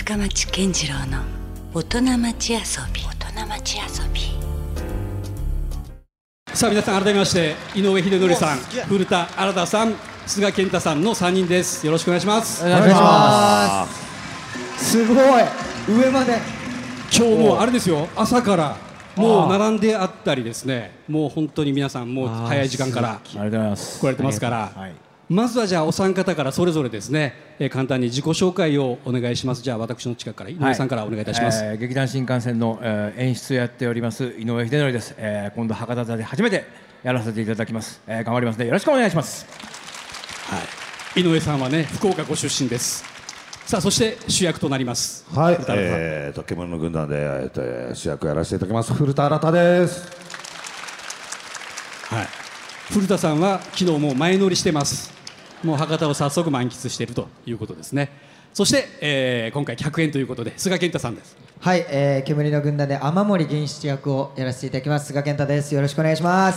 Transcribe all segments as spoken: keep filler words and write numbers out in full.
深町健次郎の大人町遊び大人町遊び。 さあ皆さん改めまして井上秀則さん、古田新太さん、菅健太さんのさんにんです。よろしくお願いします。 お願いします。すごい上まで今日もあれですよ、朝からもう並んであったりですね、もう本当に皆さんもう早い時間から来られてますから、はい、まずはじゃあお三方からそれぞれですね、えー、簡単に自己紹介をお願いします。じゃあ私の近くから井上さんからお願いいたします。 はい、えー、劇団新幹線の、えー、演出をやっております井上秀則です。えー、今度博多座で初めてやらせていただきます。えー、頑張りますのでよろしくお願いします。 はい、井上さんはね福岡ご出身です。さあそして主役となります。 はい、えーと獣の軍団で、えー、と主役をやらせていただきます古田新太です。 はい、古田さんは昨日もう前乗りしてます。もう博多を早速満喫しているということですね。そして、えー、今回客演ということで菅健太さんです。 はい、えー、煙の軍団で雨森源七役をやらせていただきます菅健太です。よろしくお願いします。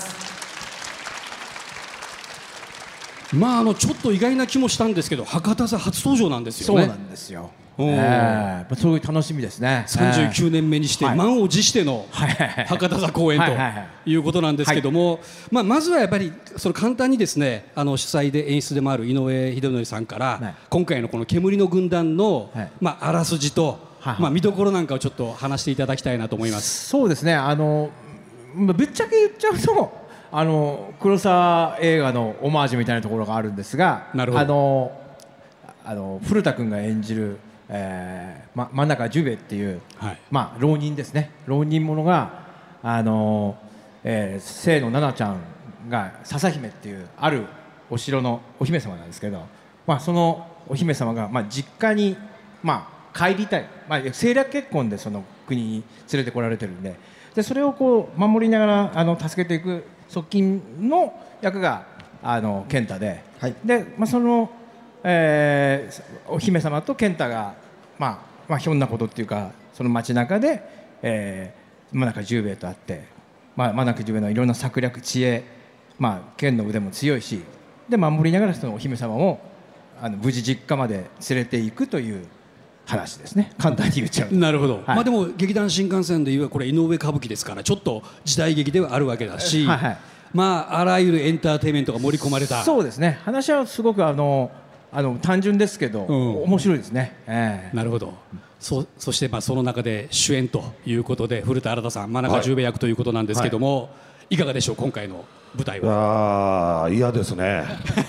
まああのちょっと意外な気もしたんですけど博多座初登場なんですよね。 そうなんですよ。えー、そういう楽しみですね。 さんじゅうきゅうねんめにして、えー、満を持しての博多座公演ということなんですけども、まあまずはやっぱりその簡単にですね、あの主催で演出でもある井上秀則さんから、はい、今回のこの煙の軍団の、はい、まああらすじと、はい、まあ見どころなんかをちょっと話していただきたいなと思います。 そうですね。あのぶっちゃけ言っちゃうと。あの黒沢映画のオマージュみたいなところがあるんですが、 なるほど。 あのあの古田君が演じる、えーま、真中十兵衛っていう、はい、まあ浪人ですね。浪人者があの、えー、清野菜名ちゃんが笹姫っていうあるお城のお姫様なんですけど、まあ、そのお姫様が、まあ、実家に、まあ、帰りたい、まあ、政略結婚でその国に連れてこられてるんで、でそれをこう守りながらあの助けていく側近の役があの健太で、はい、で、まあ、その、えー、お姫様と健太が、まあまあ、ひょんなことっていうかその街中で、えー、真中十兵衛と会って、まあ、真中十兵衛のいろんな策略知恵、まあ、剣の腕も強いしで守りながらそのお姫様をあの無事実家まで連れていくという話ですね。簡単に言っちゃう。 なるほど。はい、まあでも劇団新幹線でいうこれ井上歌舞伎ですからちょっと時代劇ではあるわけだし、はい、はい、まああらゆるエンターテインメントが盛り込まれた。 そうですね。話はすごくあのあの単純ですけど、うん、面白いですね。えー、 なるほど。そ, そしてまあその中で主演ということで古田新太さん真中十兵衛役ということなんですけども、はい、いかがでしょう今回の舞台は。 あ嫌ですね。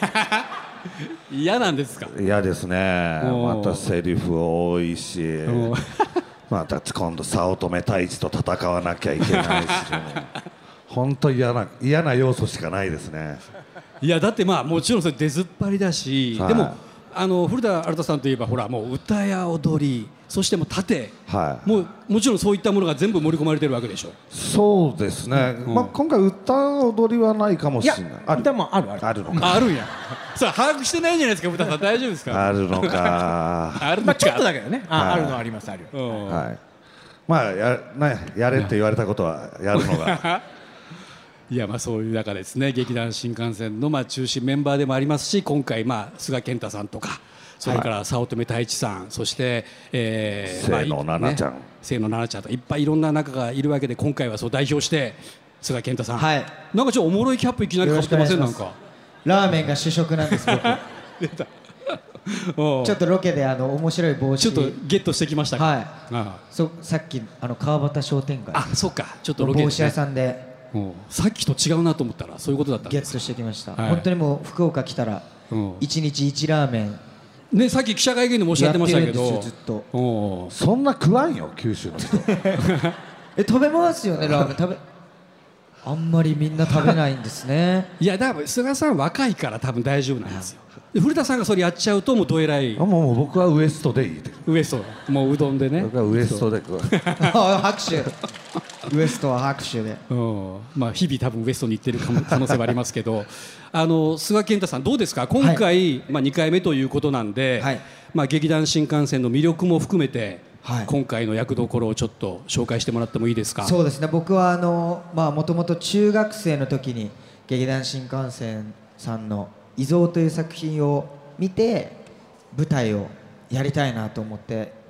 嫌なんですか。 嫌ですね。またセリフ多いしまた今度早乙女太一と戦わなきゃいけないし本当嫌な嫌な要素しかないですね。 いやだってまあもちろんそれ出ずっぱりだし、はい、でもあの古田新太さんといえばほらもう歌や踊りそしても盾、はい、もうもちろんそういったものが全部盛り込まれてるわけでしょ。 そうですね、うん、まあ、今回歌踊りはないかもしれない。いや歌もあるあるあるのか。 あるんや。さあ把握してないじゃないですか古田さん。大丈夫ですか。 あるのかあるのか、まあ、ちょっとだけどね。 あ, あるのはあります。あるよ、 はい、まあ や, なやれって言われたことはやるのがいやまあそういう中ですね劇団新幹線のまあ中心メンバーでもありますし今回まあ菅健太さんとかそれから早乙女太一さんそして、えー、清野菜名ちゃん、 ね、清野菜名ちゃんといっぱいいろんな中がいるわけで今回はそう代表して菅健太さん、はい、なんかちょっとおもろいキャップいきなりかぶってません。なんかラーメンが主食なんです僕出たちょっとロケであの面白い帽子ちょっとゲットしてきましたか。はい、 あそさっきあの川端商店街あそっかちょっとロケで、ね、 帽子屋さんでさっきと違うなと思ったらそういうことだったんです。 ゲットしてきました、はい、本当にもう福岡来たら一日一ラーメンね、さっき記者会見でもおっしゃってましたけどずっとそんな食わんよ九州の人え食べますよねラーメン食べあんまりみんな食べないんですねいやだから菅さん若いから多分大丈夫なんですよ。で古田さんがそれやっちゃうともうどえらい。 あもう僕はウエストでいいでウエストもううどんでね僕はウエストで拍手ウエストは拍手で、 うん、まあ日々多分ウエストに行ってる可能性はありますけどあの菅健太さんどうですか今回、はい、まあ、にかいめということなんで、はい、まあ、劇団新幹線の魅力も含めて、はい、今回の役どころをちょっと紹介してもらってもいいですか。 そうですね僕はあのもともと中学生の時に劇団新幹線さんの遺贈という作品を見て舞台をやりたいなと思って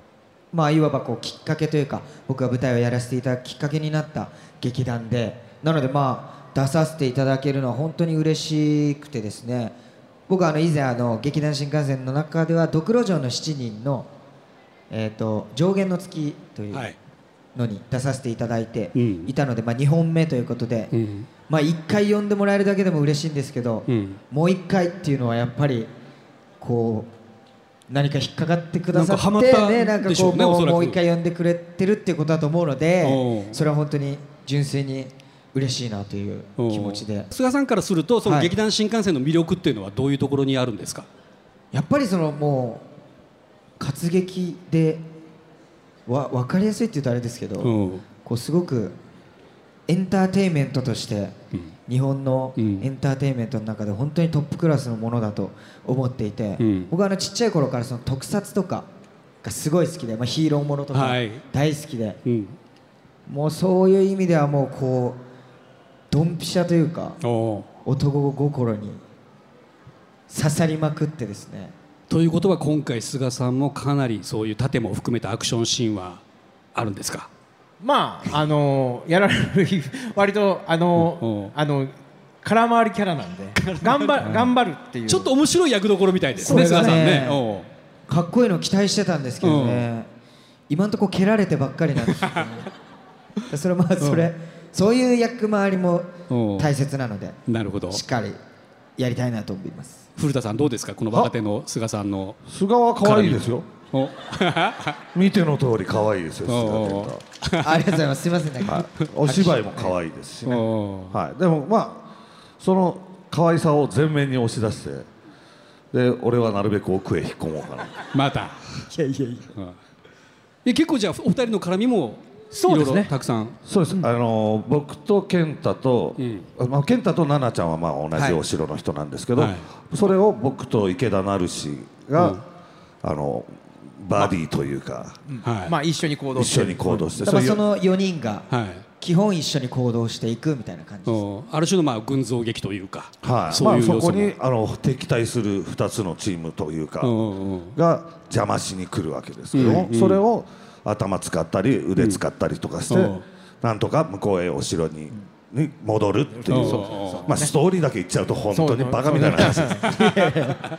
まあいわばこうきっかけというか、僕が舞台をやらせていただくきっかけになった劇団で、なのでまあ出させていただけるのは本当に嬉しくてですね、僕はあの以前あの劇団新幹線の中ではドクロ城のしちにんの、えー、と上限の月というのに出させていただいていたので、まあにほんめということで、まあいっかい呼んでもらえるだけでも嬉しいんですけど、もういっかいっていうのはやっぱりこう何か引っかかってくださってね、なんかこうもう一回呼んでくれてるっていうことだと思うので、それは本当に純粋に嬉しいなという気持ちで。 菅さんからするとその劇団新幹線の魅力っていうのはどういうところにあるんですか？ やっぱりそのもう活劇でわ分かりやすいって言うとあれですけど、こうすごくエンターテインメントとして日本のエンターテインメントの中で本当にトップクラスのものだと思っていて、僕はあのちっちゃい頃からその特撮とかがすごい好きで、まあ、ヒーローものとか大好きで、もうそういう意味ではもうこうドンピシャというか男心に刺さりまくってですね。 ということは今回菅さんもかなりそういう盾も含めたアクションシーンはあるんですか？ まああのやられる割とあのあの空回りキャラなんで頑張る頑張るっていうちょっと面白い役どころみたいですね、菅さんね。 かっこいいの期待してたんですけどね、今のところ蹴られてばっかりなんですよね。それまあそれそういう役回りも大切なので、 なるほど、 しっかりやりたいなと思います。 古田さんどうですか、この若手の菅さんの。 菅は可愛いですよ。見ての通り可愛いですよ。 ありがとうございます。すみません、ね、 はい、お芝居も可愛いですしね。はい、でもまあその可愛さを前面に押し出して、で俺はなるべく奥へ引っ込もうかな。 また。いやいやいや。え結構じゃあお二人の絡みもいろいろたくさん。 そうです。あの僕と健太と、まあ健太と奈々ちゃんはまあ同じお城の人なんですけど、それを僕と池田成志があの。バディというか、 まあ一緒に行動して一緒に行動して、 そのよにんが基本一緒に行動していくみたいな感じです。 ある種のまあ群像劇というか、 はい、そこにあの敵対するふたつのチームというかが邪魔しに来るわけですけども、それを頭使ったり腕使ったりとかしてなんとか向こうへお城にに戻るっていう、まあストーリーだけ言っちゃうと本当にバカみたいな話です。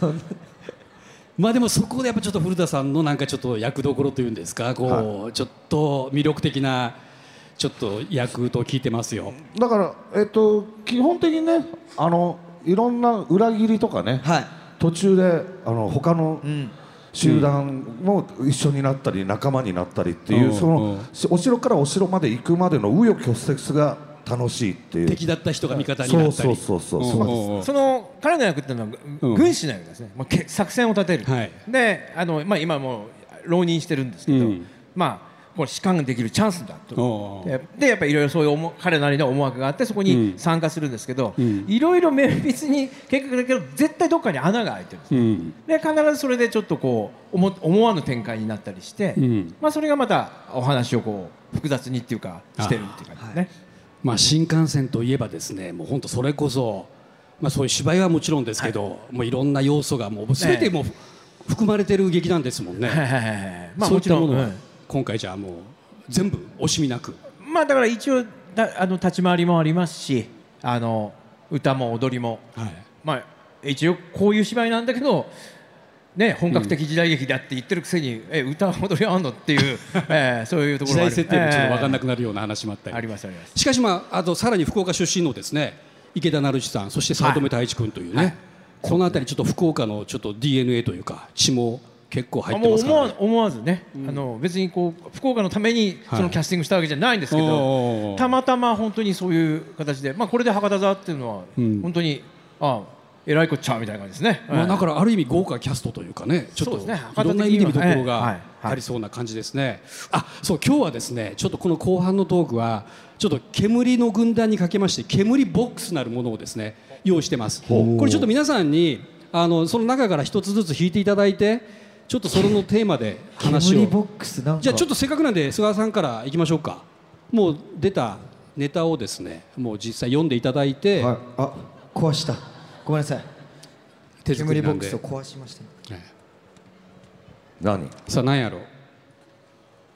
まあでもそこでやっぱちょっと古田さんのなんかちょっと役どころというんですか、こうちょっと魅力的なちょっと役と聞いてますよ。 だからえっと基本的にね、あのいろんな裏切りとかね、途中であの他の集団も一緒になったり仲間になったりっていう、そのお城からお城まで行くまでの紆余曲折が楽しいっていう。 敵だった人が味方になったり、 そうそうそうそう。 その彼の役っていうのは軍師の役ですね。まあ作戦を立てる。で、あのまあ今もう浪人してるんですけど、まあこれ士官ができるチャンスだと。でやっぱりいろいろそういう彼なりの思惑があってそこに参加するんですけど、いろいろ綿密に結局だけど絶対どっかに穴が開いてるんです。で必ずそれでちょっとこう思思わぬ展開になったりして、まあそれがまたお話をこう複雑にっていうかしてるっていう感じですね。 まあ新幹線といえばですね、もう本当それこそ、まあ、そういう芝居はもちろんですけど、はい、もういろんな要素がもう全てもう含まれてる劇団ですもんね。そういったものは今回じゃあもう全部惜しみなく。 まあだから一応だあの立ち回りもありますし、あの歌も踊りも、はい、まあ一応こういう芝居なんだけど。ね、本格的時代劇だって言ってるくせに、うん、え歌踊りあんのっていう、えー、そういうところが時代設定もちょっと分かんなくなるような話もあったり、 えー、ありますあります。 しかし、まあ、あとさらに福岡出身のですね池田成志さん、そして早乙女太一君というね、はいはい、この辺りちょっと福岡のちょっと ディーエヌエー というか血も結構入ってますからね。 もう思わずね、うん、あの別にこう福岡のためにそのキャスティングしたわけじゃないんですけど、はい、たまたま本当にそういう形で、まあ、これで博多座っていうのは本当に、うん、ああえらいこっちゃみたいな感じですね。 まあだからある意味豪華キャストというかね、ちょっといろんな意味どころがありそうな感じですね。あ、そう今日はですね、ちょっとこの後半のトークはちょっと煙の軍団にかけまして煙ボックスなるものをですね用意してます。これちょっと皆さんにあのその中から一つずつ引いていただいて、ちょっとそれのテーマで話を。 煙ボックスなんか。 じゃあちょっとせっかくなんで菅さんからいきましょうか。もう出たネタをですね、もう実際読んでいただいて。 はい、あ、壊した。ごめんなさい。 手作りなんで煙ボックスを壊しました、ね。 何？ さあ何やろう。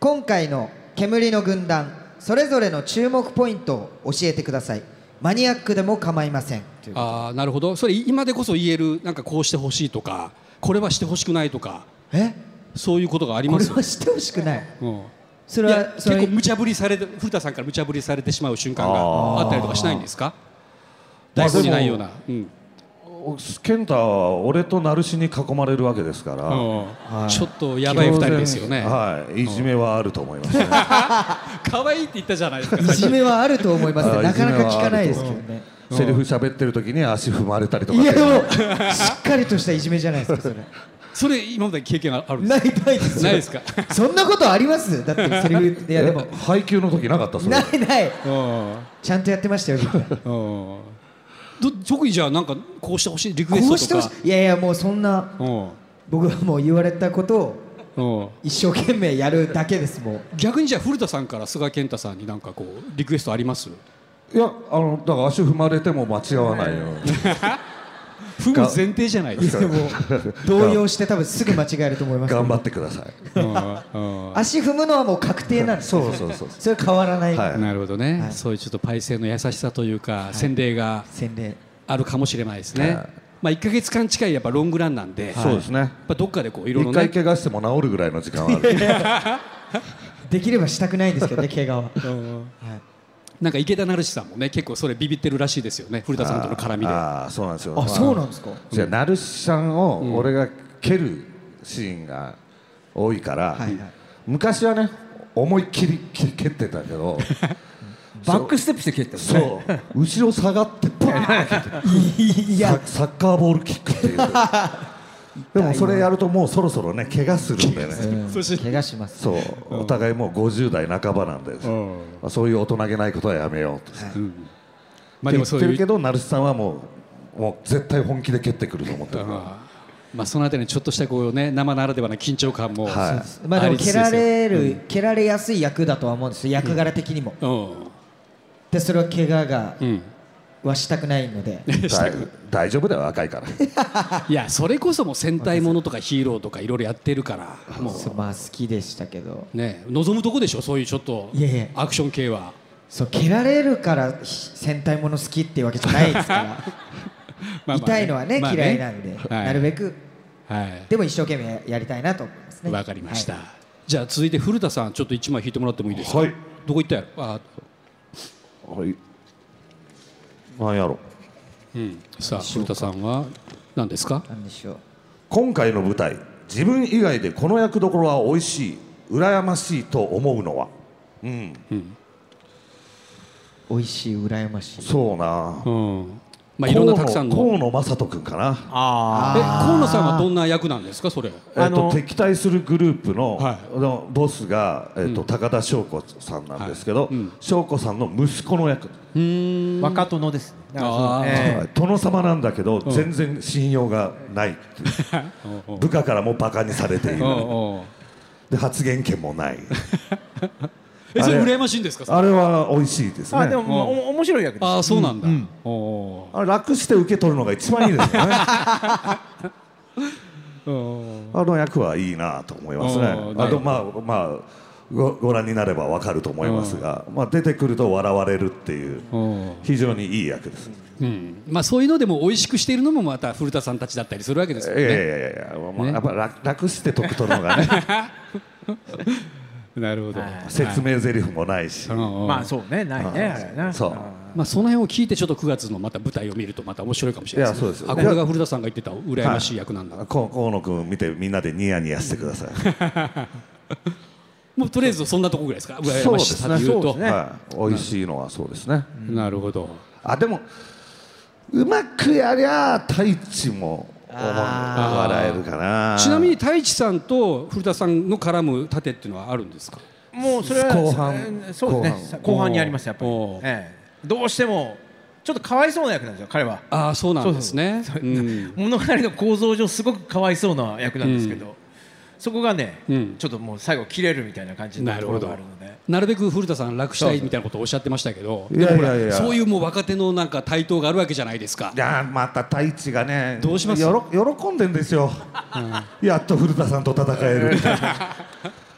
今回の煙の軍団それぞれの注目ポイントを教えてください。マニアックでも構いません。 ああ、なるほど。それ今でこそ言える、なんかこうしてほしいとか、これはしてほしくないとか、 えそういうことがあります。 これはしてほしくない、 うん、 それは結構無茶ぶりされて、古田さんから無茶ぶりされてしまう瞬間があったりとかしないんですか。台本にないような、うん、 健太は俺と成志に囲まれるわけですから、 はい、ちょっとやばいふたりですよね。 はい、いじめはあると思いますね。 可愛いって言ったじゃないですか。 いじめはあると思いますね。なかなか聞かないですけどね。 セリフ喋ってる時に足踏まれたりとか。 いやもうしっかりとしたいじめじゃないですかそれ。 それ今まで経験あるんですか。 ないないですないですか。 そんなことあります。だってセリフいやでも配給の時なかったそれ。 ないない。ちゃんとやってましたよ。 ど特にじゃあなんかこうしてほしいリクエストとか。 いやいやもうそんな僕はもう言われたことを一生懸命やるだけです。もう逆にじゃあ古田さんから菅健太さんになんかこうリクエストあります？ いやあのだから足踏まれても間違わないように。 踏む前提じゃないですか。 も動揺して多分すぐ間違えると思います。 頑張ってください。 足踏むのはもう確定なんです。 そうそうそう。 それ変わらない。 なるほどね。そういうちょっとパイセンの優しさというか洗礼があるかもしれないですね。まあいっかげつかん近いやっぱロングランなんで。 そうですね。 どっかでこういろいろね。一回怪我しても治るぐらいの時間はある。 できればしたくないんですけどね怪我は。 なんか池田成志さんもね結構それビビってるらしいですよね、古田さんとの絡みで。 ああそうなんですよ。 あそうなんですか。 じゃあ成志さんを俺が蹴るシーンが多いから、昔はね思いっきり蹴ってたけどバックステップして蹴ってた。 そう後ろ下がってバーン蹴っていやサッカーボールキックっていう。でもそれやるともうそろそろね怪我するんでね。 怪我します。 そうお互いもうごじゅう代半ばなんで、そういう大人げないことはやめようと。まあでもそう言ってるけど成志さんはもうもう絶対本気で蹴ってくると思ってる。 まあそのあたりにちょっとしたこうね生ならではの緊張感も。 まあでも蹴られる蹴られやすい役だとは思うんですよ役柄的にも。でそれは怪我が。はしたくないので大丈夫だよ若いからいやそれこそもう戦隊ものとかヒーローとかいろいろやってるからもうまあ好きでしたけどね望むとこでしょそういうちょっとアクション系は。 そう蹴られるから戦隊もの好きっていうわけじゃないですから痛いのはね嫌いなんでなるべくでも一生懸命やりたいなと思いますね。 わかりました。じゃあ続いて古田さんちょっといちまい引いてもらってもいいですか。どこ行ったやろ。 はいなんやろ、 うん、さあ古田さんは何ですか。 何でしょう。 今回の舞台自分以外でこの役どころは美味しい羨ましいと思うのは、うんうん、 美味しい羨ましい。 そうな、 うんまあいろんなたくさんの河野正人君かな。 あえ河野さんはどんな役なんですかそれ。 えっと敵対するグループの、はい、のボスが、えっとうん、高田翔子さんなんですけど、はいうん、翔子さんの息子の役。 若殿です。 あ、えー、殿様なんだけど、うん、全然信用がないっていう部下からもバカにされているで発言権もないえそれ羨ましいんですか。 あれは美味しいですね。 あでもお面白い役です。 あそうなんだ、うん、 おあれ楽して受け取るのが一番いいですよねあの役はいいなと思いますね。あとまあまあご, ご覧になれば分かると思いますが、まあ、出てくると笑われるっていう非常にいい役です、 うんまあ、そういうのでも美味しくしているのもまた古田さんたちだったりするわけですよね。 いやいやいやいや、まあね、やっぱ 楽, 楽して得取るのがねなるほど。 説明台詞もないし、 はい、まあそうねないねあれな。 そうまあその辺を聞いてちょっとくがつのまた舞台を見るとまた面白いかもしれないです、ね。いやそうです。 あこれが古田さんが言ってた羨ましい役なんだ。はい、 河野君見てみんなでニヤニヤしてくださいもうとりあえずそんなとこぐらいですか。羨ましさでいうと、 ねはい、美味しいのはそうですね。 うん、なるほど。 あでもうまくやりゃ太一も笑えるかな。 ちなみに太一さんと古田さんの絡む盾っていうのはあるんですか。 もうそれは後半そうですね後半にありますやっぱり、ええ、どうしてもちょっとかわいそうな役なんですよ彼は。 ああそうなんですね。 物語の構造上すごくかわいそうな役なんですけど、うん、そこがね、うん、ちょっともう最後切れるみたいな感じのところがあるので、 なるべく古田さん楽したいみたいなことをおっしゃってましたけど、 いやいやいやそういうもう若手のなんか台頭があるわけじゃないですか。 いやまた太一がねどうしますよろ喜んでんですよ、うん、やっと古田さんと戦えるみたいな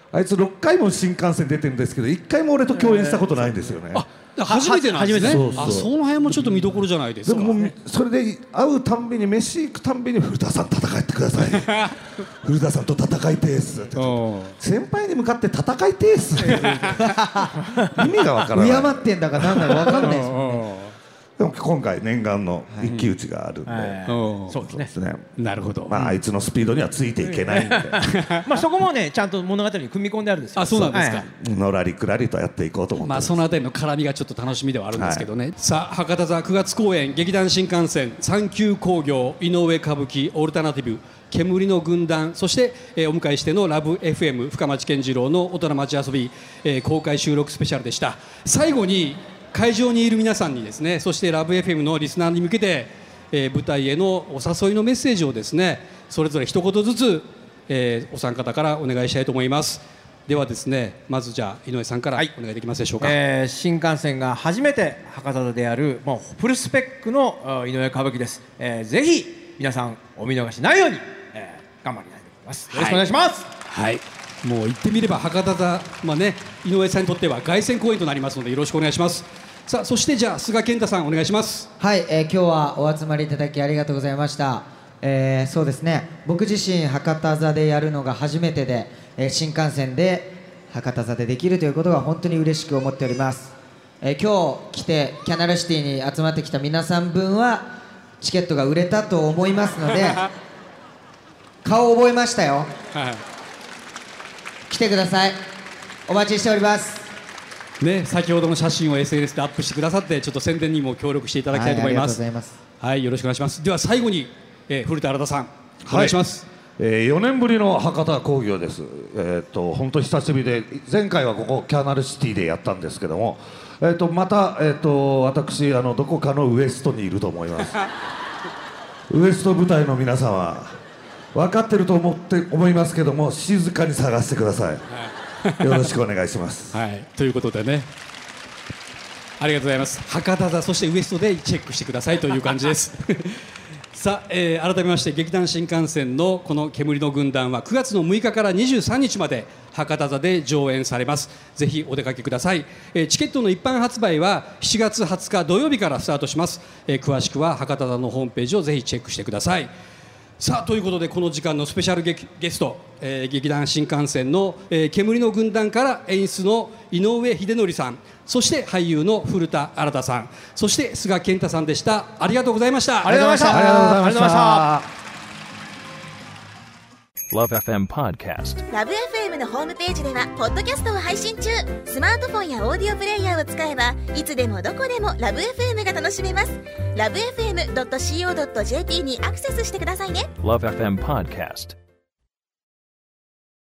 あいつろっかいも新幹線出てるんですけどいっかいも俺と共演したことないんですよね。 あ初めてなんですね。 そうそうあその辺もちょっと見どころじゃないですか。 でももうそれで会うたんびに飯行くたんびに古田さん戦ってください古田さんと戦いてーすって先輩に向かって戦いてーすって意味がわからない。 敬ってんだかなんだかわかんないですもんね。 でも今回念願の一騎打ちがあるんで、はいはい、そうですね。 なるほど。 まああいつのスピードにはついていけないんでまあそこもねちゃんと物語に組み込んであるんですよ。 あ、そうなんですか。はい、 のらりくらりとやっていこうと思ってます。 まあそのあたりの絡みがちょっと楽しみではあるんですけどね。はい、さあ博多座くがつ公演劇団新幹線三級興行井上歌舞伎オルタナティブ煙の軍団そして、えー、お迎えしてのラブ エフエム 深町健次郎の大人町遊び、えー、公開収録スペシャルでした。最後に会場にいる皆さんにですねそしてラブ エフエム のリスナーに向けて、えー、舞台へのお誘いのメッセージをですねそれぞれ一言ずつ、えー、お三方からお願いしたいと思います。ではですねまずじゃあ井上さんからお願いできますでしょうか。はい、 えー、新幹線が初めて博多座でやるもうフルスペックの井上歌舞伎です。えー、ぜひ皆さんお見逃しないように、えー、頑張りたいと思います。よろしくお願いします。 はい、はいもう言ってみれば博多座、まあね、井上さんにとっては凱旋公演となりますのでよろしくお願いします。さあそしてじゃあ菅健太さんお願いします。 はい、えー、今日はお集まりいただきありがとうございました。えー、そうですね僕自身博多座でやるのが初めてで、えー、新幹線で博多座でできるということが本当に嬉しく思っております。えー、今日来てキャナルシティに集まってきた皆さん分はチケットが売れたと思いますので顔覚えましたよ。はい来てください。お待ちしております。 ね、先ほどの写真を エスエヌエス でアップしてくださってちょっと宣伝にも協力していただきたいと思います。 はい、ありがとうございます。 はい、よろしくお願いします。では最後に、えー、古田新さんお願いします。 はい、えー、よねんぶりの博多興行です。えー、っと本当久しぶりで前回はここキャナルシティでやったんですけども、えー、っとまた、えー、っと私あのどこかのウエストにいると思いますウエスト部隊の皆様分かってると思って思いますけども静かに探してください、はい、よろしくお願いします、 はい、ということでねありがとうございます。博多座そしてウエストでチェックしてくださいという感じですさあ、えー、改めまして劇団新幹線のこの煙の軍団はくがつのむいかからにじゅうさんにちまで博多座で上演されます。ぜひお出かけください。えー、チケットの一般発売はしちがつはつか土曜日からスタートします。えー、詳しくは博多座のホームページをぜひチェックしてください。さあということでこの時間のスペシャル ゲ, ゲスト、えー、劇団新幹線の、えー、煙の軍団から演出の井上秀則さんそして俳優の古田新さんそして菅健太さんでした。ありがとうございました。 ありがとうございました。 ありがとうございました。 ラブ エフエム Podcast ラブ エフエム のホームページではポッドキャストを配信中。スマートフォンやオーディオプレイヤーを使えばいつでもどこでもラブ エフエム が楽しめます。ラブ エフエムドットシーオードットジェーピー にアクセスしてくださいね。 ラブ エフエム Podcast